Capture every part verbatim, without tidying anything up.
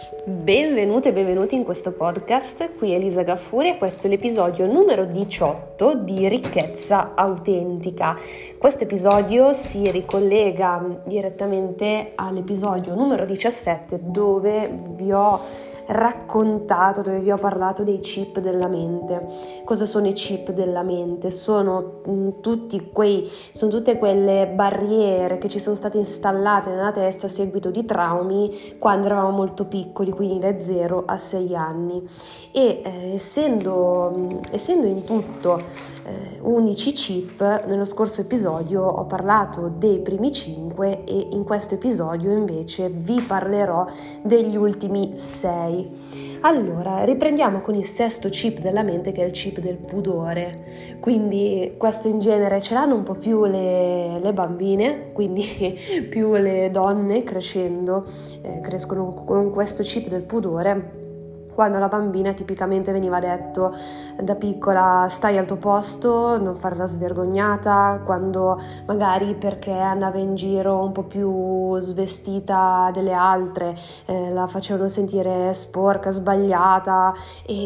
Benvenute e benvenuti in questo podcast, qui è Elisa Gaffuri e questo è l'episodio numero diciotto di Ricchezza Autentica. Questo episodio si ricollega direttamente all'episodio numero diciassette dove vi ho raccontato, dove vi ho parlato dei chip della mente. Cosa sono i chip della mente? Sono mh, tutti quei, sono tutte quelle barriere che ci sono state installate nella testa a seguito di traumi quando eravamo molto piccoli, quindi da zero a sei anni. E eh, essendo, mh, essendo in tutto eh, unici chip, nello scorso episodio ho parlato dei primi cinque e in questo episodio invece vi parlerò degli ultimi sei. Allora, riprendiamo con il sesto chip della mente, che è il chip del pudore. Quindi questo in genere ce l'hanno un po' più le, le bambine, quindi più le donne crescendo eh, crescono con questo chip del pudore. Quando alla bambina tipicamente veniva detto da piccola stai al tuo posto, non fare la svergognata, quando magari perché andava in giro un po' più svestita delle altre eh, la facevano sentire sporca, sbagliata,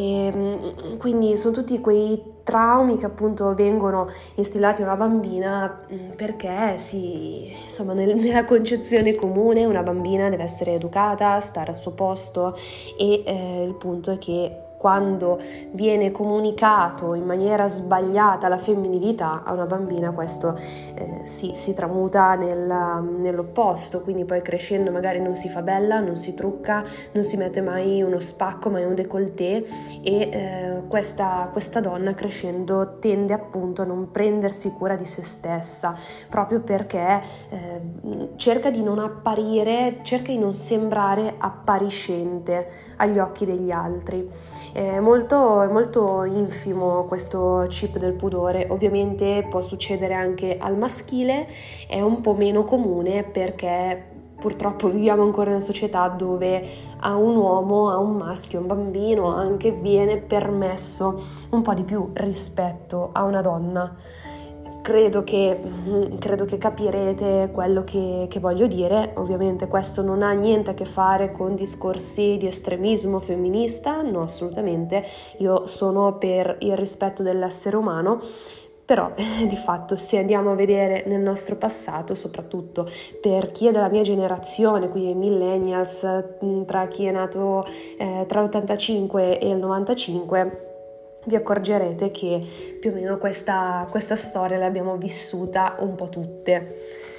e quindi sono tutti quei traumi che appunto vengono instillati a una bambina perché si, insomma, nel, nella concezione comune una bambina deve essere educata, stare al suo posto e eh, il punto è che quando viene comunicato in maniera sbagliata la femminilità a una bambina, questo eh, si, si tramuta nel, nell'opposto, quindi poi crescendo magari non si fa bella, non si trucca, non si mette mai uno spacco, mai un décolleté e eh, questa, questa donna crescendo tende appunto a non prendersi cura di se stessa, proprio perché eh, cerca di non apparire, cerca di non sembrare appariscente agli occhi degli altri. È molto, è molto infimo questo chip del pudore, ovviamente può succedere anche al maschile, è un po' meno comune perché purtroppo viviamo ancora in una società dove a un uomo, a un maschio, a un bambino anche viene permesso un po' di più rispetto a una donna. Credo che, credo che capirete quello che, che voglio dire. Ovviamente questo non ha niente a che fare con discorsi di estremismo femminista, no, assolutamente. Io sono per il rispetto dell'essere umano, però eh, di fatto se andiamo a vedere nel nostro passato, soprattutto per chi è della mia generazione, quindi i millennials, tra chi è nato eh, tra l'ottantacinque e il novantacinque, vi accorgerete che più o meno questa, questa storia l'abbiamo vissuta un po' tutte.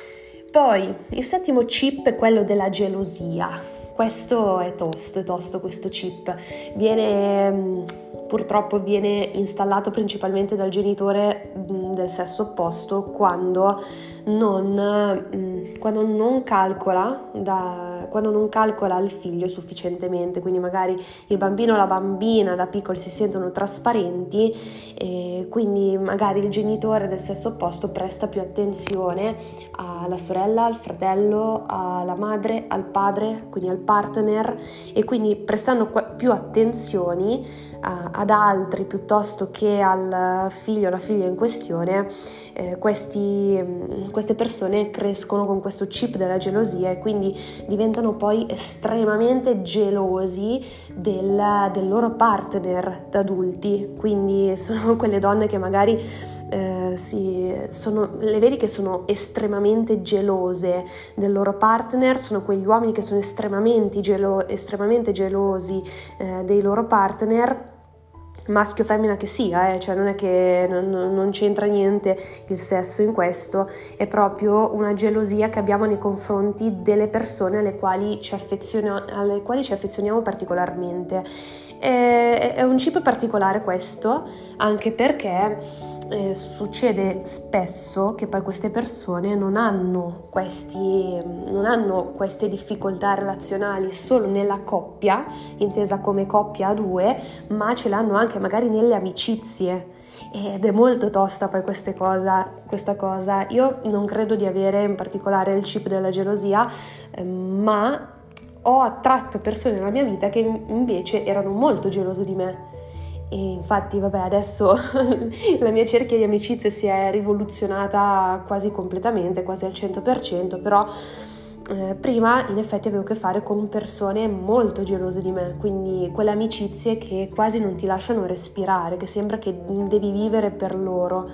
Poi il settimo chip è quello della gelosia. Questo è tosto, è tosto questo chip. Viene, purtroppo viene installato principalmente dal genitore del sesso opposto quando non, quando non calcola da, quando non calcola il figlio sufficientemente, quindi magari il bambino o la bambina da piccoli si sentono trasparenti e quindi magari il genitore del sesso opposto presta più attenzione alla sorella, al fratello, alla madre, al padre, quindi al partner, e quindi prestando più attenzioni ad altri piuttosto che al figlio o alla figlia in questione, eh, questi, queste persone crescono con questo chip della gelosia e quindi diventano poi estremamente gelosi del, del loro partner da adulti. Quindi sono quelle donne che magari Eh, si, sono, le vedi che sono estremamente gelose del loro partner, sono quegli uomini che sono estremamente, gelo, estremamente gelosi eh, dei loro partner, maschio o femmina che sia, eh, cioè non è che non, non c'entra niente il sesso in questo, è proprio una gelosia che abbiamo nei confronti delle persone alle quali ci affezioniamo, alle quali ci affezioniamo particolarmente. È, è un chip particolare questo, anche perché Eh, succede spesso che poi queste persone non hanno questi non hanno queste difficoltà relazionali solo nella coppia, intesa come coppia a due, ma ce l'hanno anche magari nelle amicizie. Ed è molto tosta poi queste cosa, questa cosa. Io non credo di avere in particolare il chip della gelosia, eh, ma ho attratto persone nella mia vita che invece erano molto gelose di me. E infatti vabbè adesso la mia cerchia di amicizie si è rivoluzionata quasi completamente, quasi al cento per cento, però eh, prima in effetti avevo a che fare con persone molto gelose di me, quindi quelle amicizie che quasi non ti lasciano respirare, che sembra che devi vivere per loro.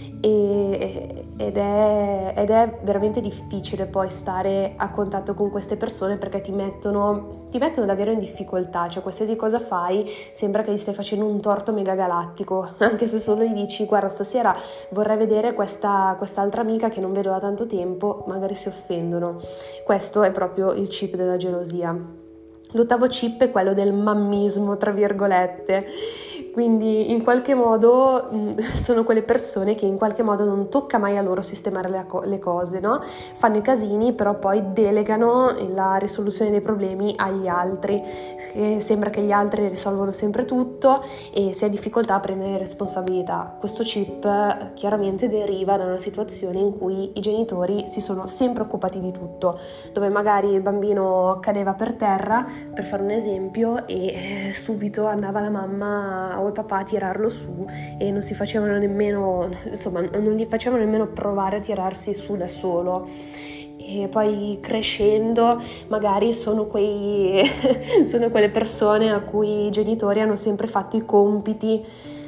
E, ed, è, ed è veramente difficile poi stare a contatto con queste persone, perché ti mettono, ti mettono davvero in difficoltà, cioè qualsiasi cosa fai sembra che gli stai facendo un torto mega galattico, anche se solo gli dici guarda stasera vorrei vedere questa, quest'altra amica che non vedo da tanto tempo, magari si offendono. Questo è proprio il chip della gelosia. L'ottavo chip è quello del mammismo, tra virgolette. Quindi in qualche modo mh, sono quelle persone che in qualche modo non tocca mai a loro sistemare le, co- le cose, no? Fanno i casini, però poi delegano la risoluzione dei problemi agli altri. E sembra che gli altri risolvono sempre tutto e si ha difficoltà a prendere responsabilità. Questo chip eh, chiaramente deriva da una situazione in cui i genitori si sono sempre occupati di tutto, dove magari il bambino cadeva per terra, per fare un esempio, e eh, subito andava la mamma o il papà a tirarlo su e non si facevano nemmeno, insomma, non gli facevano nemmeno provare a tirarsi su da solo. E poi crescendo magari sono quei sono quelle persone a cui i genitori hanno sempre fatto i compiti,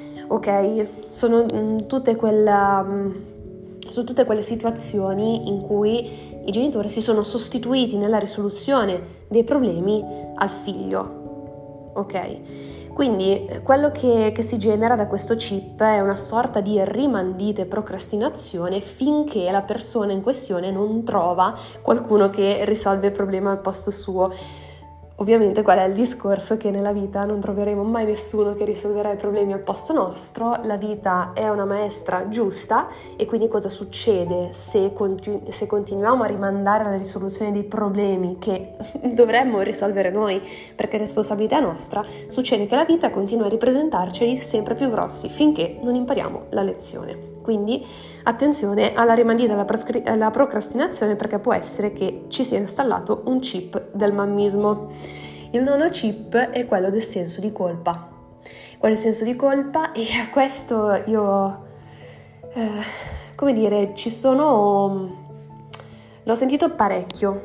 ok? Sono mh, tutte quella mh, sono tutte quelle situazioni in cui i genitori si sono sostituiti nella risoluzione dei problemi al figlio, ok? Quindi quello che, che si genera da questo chip è una sorta di rimandita e procrastinazione finché la persona in questione non trova qualcuno che risolve il problema al posto suo. Ovviamente qual è il discorso? Che nella vita non troveremo mai nessuno che risolverà i problemi al posto nostro, la vita è una maestra giusta e quindi cosa succede se, continu- se continuiamo a rimandare la risoluzione dei problemi che dovremmo risolvere noi perché è responsabilità nostra? Succede che la vita continua a ripresentarceli sempre più grossi finché non impariamo la lezione. Quindi attenzione alla rimandita e alla, proscri- alla procrastinazione, perché può essere che ci sia installato un chip del mammismo. Il nono chip è quello del senso di colpa. Quello del senso di colpa, e a questo io, eh, come dire, ci sono... l'ho sentito parecchio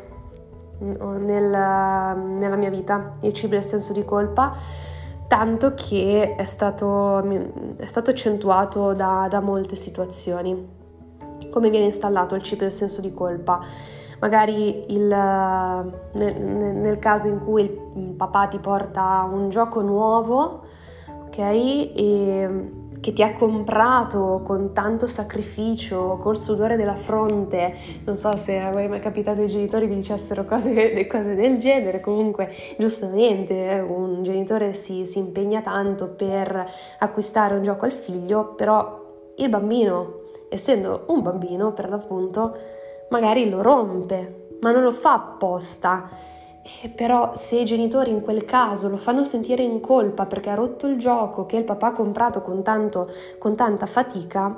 nel, nella mia vita, il chip del senso di colpa, tanto che è stato, è stato accentuato da, da molte situazioni. Come viene installato il chip del senso di colpa? Magari il, nel, nel caso in cui il papà ti porta un gioco nuovo, ok? E che ti ha comprato con tanto sacrificio, col sudore della fronte. Non so se a voi è mai capitato i genitori vi dicessero cose, cose del genere. Comunque giustamente un genitore si, si impegna tanto per acquistare un gioco al figlio, però il bambino, essendo un bambino per l'appunto, magari lo rompe, ma non lo fa apposta. Eh, però se i genitori in quel caso lo fanno sentire in colpa perché ha rotto il gioco che il papà ha comprato con, tanto, con tanta fatica,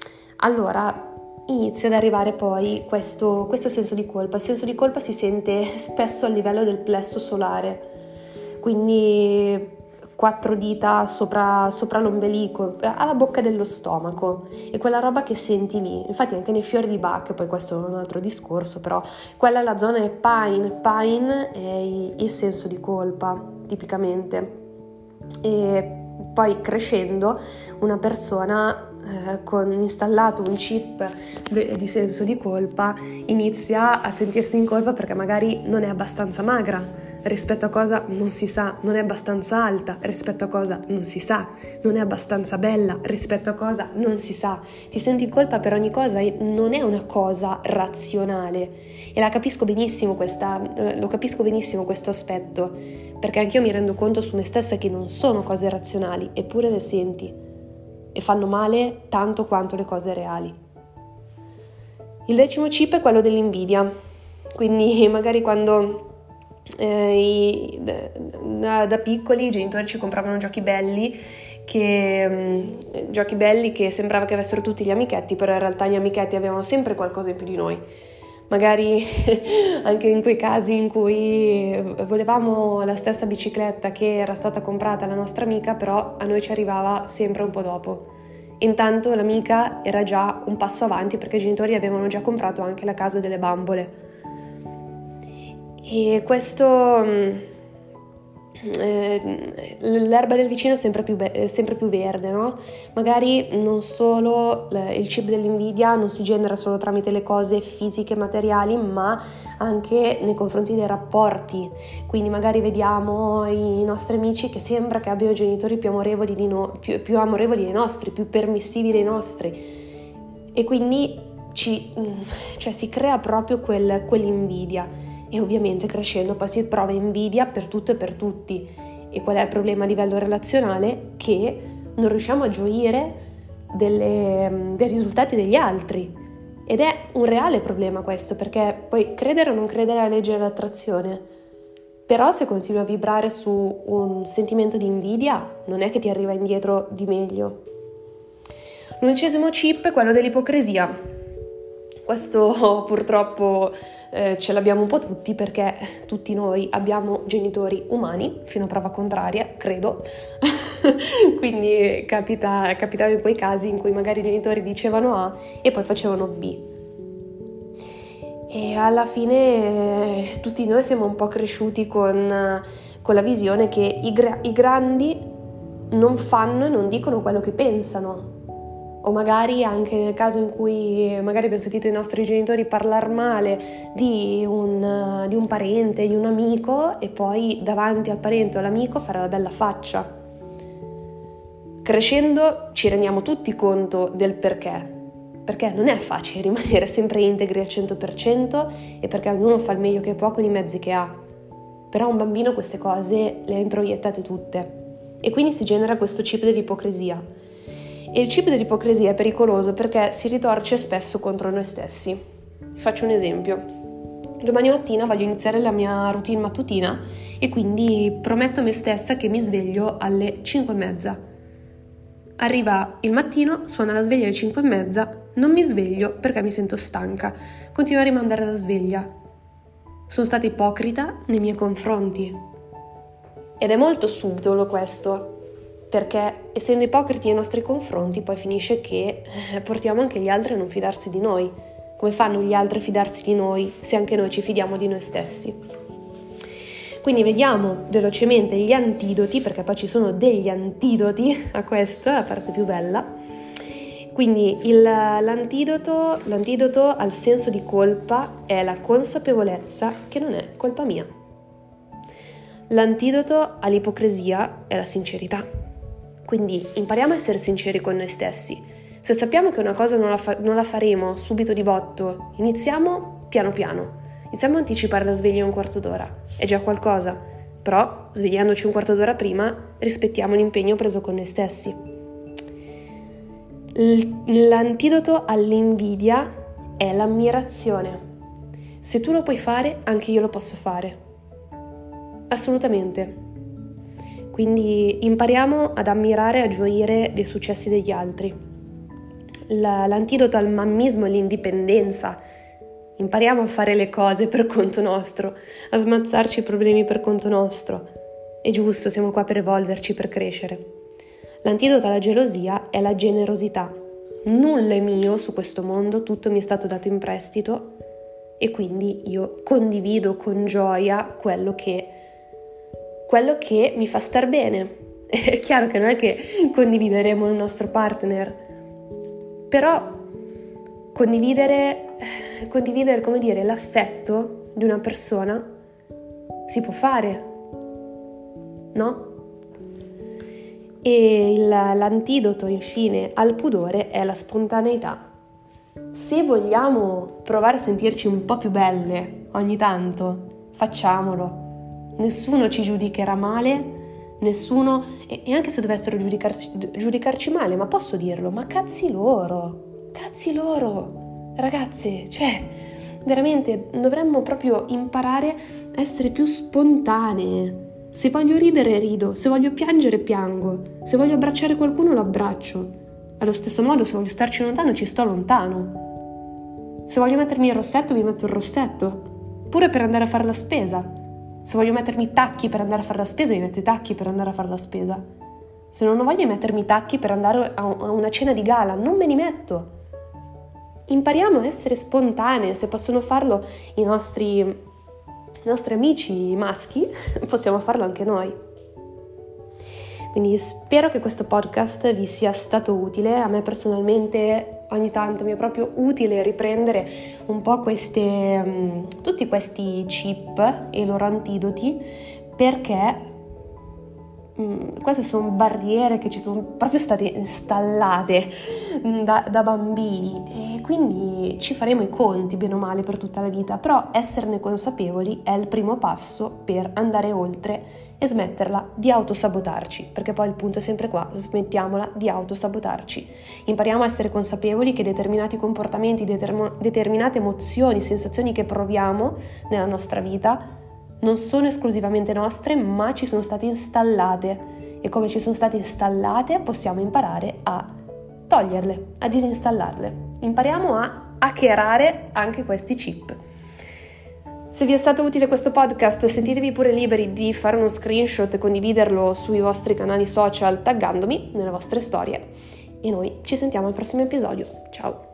allora inizia ad arrivare poi questo, questo senso di colpa. Il senso di colpa si sente spesso a livello del plesso solare, quindi quattro dita sopra, sopra l'ombelico, alla bocca dello stomaco, e quella roba che senti lì. Infatti anche nei fiori di Bach, poi questo è un altro discorso, però quella è la zona del pain, pain è il senso di colpa tipicamente. E poi crescendo una persona eh, con installato un chip di senso di colpa inizia a sentirsi in colpa perché magari non è abbastanza magra rispetto a cosa non si sa, non è abbastanza alta rispetto a cosa non si sa, non è abbastanza bella rispetto a cosa non si sa. Ti senti in colpa per ogni cosa e non è una cosa razionale, e la capisco benissimo questa, lo capisco benissimo questo aspetto, perché anch'io mi rendo conto su me stessa che non sono cose razionali, eppure le senti e fanno male tanto quanto le cose reali. Il decimo chip è quello dell'invidia, quindi magari quando Eh, i, da, da piccoli i genitori ci compravano giochi belli che, mh, giochi belli che sembrava che avessero tutti gli amichetti, però in realtà gli amichetti avevano sempre qualcosa in più di noi. Magari anche in quei casi in cui volevamo la stessa bicicletta che era stata comprata alla nostra amica, però a noi ci arrivava sempre un po' dopo. Intanto l'amica era già un passo avanti perché i genitori avevano già comprato anche la casa delle bambole. E questo... Eh, l'erba del vicino è sempre più, be- è sempre più verde, no? Magari non solo il chip dell'invidia non si genera solo tramite le cose fisiche, materiali, ma anche nei confronti dei rapporti. Quindi magari vediamo i nostri amici che sembra che abbiano genitori più amorevoli, di no- più, più amorevoli dei nostri, più permissivi dei nostri, e quindi ci, cioè, si crea proprio quel, quell'invidia. E ovviamente crescendo poi si prova invidia per tutto e per tutti. E qual è il problema a livello relazionale? Che non riusciamo a gioire delle, dei risultati degli altri. Ed è un reale problema questo, perché poi credere o non credere alla legge dell'attrazione, però se continui a vibrare su un sentimento di invidia, non è che ti arriva indietro di meglio. L'undicesimo chip è quello dell'ipocrisia. Questo purtroppo eh, ce l'abbiamo un po' tutti, perché tutti noi abbiamo genitori umani, fino a prova contraria, credo. Quindi capita, capitava in quei casi in cui magari i genitori dicevano A e poi facevano B. E alla fine eh, tutti noi siamo un po' cresciuti con, con la visione che i, gra- i grandi non fanno e non dicono quello che pensano. O magari anche nel caso in cui magari abbiamo sentito i nostri genitori parlare male di un, di un parente, di un amico, e poi davanti al parente o all'amico fare la bella faccia. Crescendo ci rendiamo tutti conto del perché, perché non è facile rimanere sempre integri al cento per cento e perché ognuno fa il meglio che può con i mezzi che ha. Però un bambino queste cose le ha introiettate tutte e quindi si genera questo chip dell'ipocrisia. E il chip dell'ipocrisia è pericoloso perché si ritorce spesso contro noi stessi. Faccio un esempio. Domani mattina voglio iniziare la mia routine mattutina e quindi prometto a me stessa che mi sveglio alle cinque e mezza. Arriva il mattino, suona la sveglia alle cinque e mezza, non mi sveglio perché mi sento stanca. Continuo a rimandare la sveglia. Sono stata ipocrita nei miei confronti. Ed è molto subdolo questo, perché essendo ipocriti nei nostri confronti poi finisce che portiamo anche gli altri a non fidarsi di noi. Come fanno gli altri a fidarsi di noi se anche noi ci fidiamo di noi stessi? Quindi vediamo velocemente gli antidoti, perché poi ci sono degli antidoti a questo, è la parte più bella. Quindi il, l'antidoto, l'antidoto al senso di colpa è la consapevolezza che non è colpa mia. L'antidoto all'ipocrisia è la sincerità. Quindi impariamo a essere sinceri con noi stessi. Se sappiamo che una cosa non la, fa- non la faremo subito di botto, iniziamo piano piano. Iniziamo a anticipare la sveglia un quarto d'ora. È già qualcosa. Però, svegliandoci un quarto d'ora prima, rispettiamo l'impegno preso con noi stessi. L- l'antidoto all'invidia è l'ammirazione. Se tu lo puoi fare, anche io lo posso fare. Assolutamente. Quindi impariamo ad ammirare e a gioire dei successi degli altri. La, l'antidoto al mammismo è l'indipendenza. Impariamo a fare le cose per conto nostro, a smazzarci i problemi per conto nostro. È giusto, siamo qua per evolverci, per crescere. L'antidoto alla gelosia è la generosità. Nulla è mio su questo mondo, tutto mi è stato dato in prestito e quindi io condivido con gioia quello che quello che mi fa star bene. È chiaro che non è che condivideremo il nostro partner, però condividere, condividere, come dire, l'affetto di una persona si può fare, no? E il, l'antidoto, infine, al pudore è la spontaneità. Se vogliamo provare a sentirci un po' più belle ogni tanto, facciamolo. Nessuno ci giudicherà male, nessuno, e, e anche se dovessero giudicarci, giudicarci male, ma posso dirlo, ma cazzi loro, cazzi loro, ragazze, cioè, veramente dovremmo proprio imparare a essere più spontanee. Se voglio ridere, rido, se voglio piangere, piango, se voglio abbracciare qualcuno, lo abbraccio. Allo stesso modo, se voglio starci lontano, ci sto lontano. Se voglio mettermi il rossetto, mi metto il rossetto, pure per andare a fare la spesa. Se voglio mettermi i tacchi per andare a fare la spesa, mi metto i tacchi per andare a fare la spesa. Se non voglio mettermi i tacchi per andare a una cena di gala, non me li metto. Impariamo a essere spontanee, se possono farlo i nostri, i nostri amici maschi, possiamo farlo anche noi. Quindi spero che questo podcast vi sia stato utile. A me personalmente ogni tanto mi è proprio utile riprendere un po' queste, um, tutti questi chip e i loro antidoti, perché um, queste sono barriere che ci sono proprio state installate um, da, da bambini, e quindi ci faremo i conti bene o male per tutta la vita, però esserne consapevoli è il primo passo per andare oltre e smetterla di autosabotarci, perché poi il punto è sempre qua: smettiamola di autosabotarci. Impariamo a essere consapevoli che determinati comportamenti, determ- determinate emozioni, sensazioni che proviamo nella nostra vita non sono esclusivamente nostre, ma ci sono state installate, e come ci sono state installate possiamo imparare a toglierle, a disinstallarle. Impariamo a hackerare anche questi chip. Se vi è stato utile questo podcast, sentitevi pure liberi di fare uno screenshot e condividerlo sui vostri canali social taggandomi nelle vostre storie. E noi ci sentiamo al prossimo episodio. Ciao!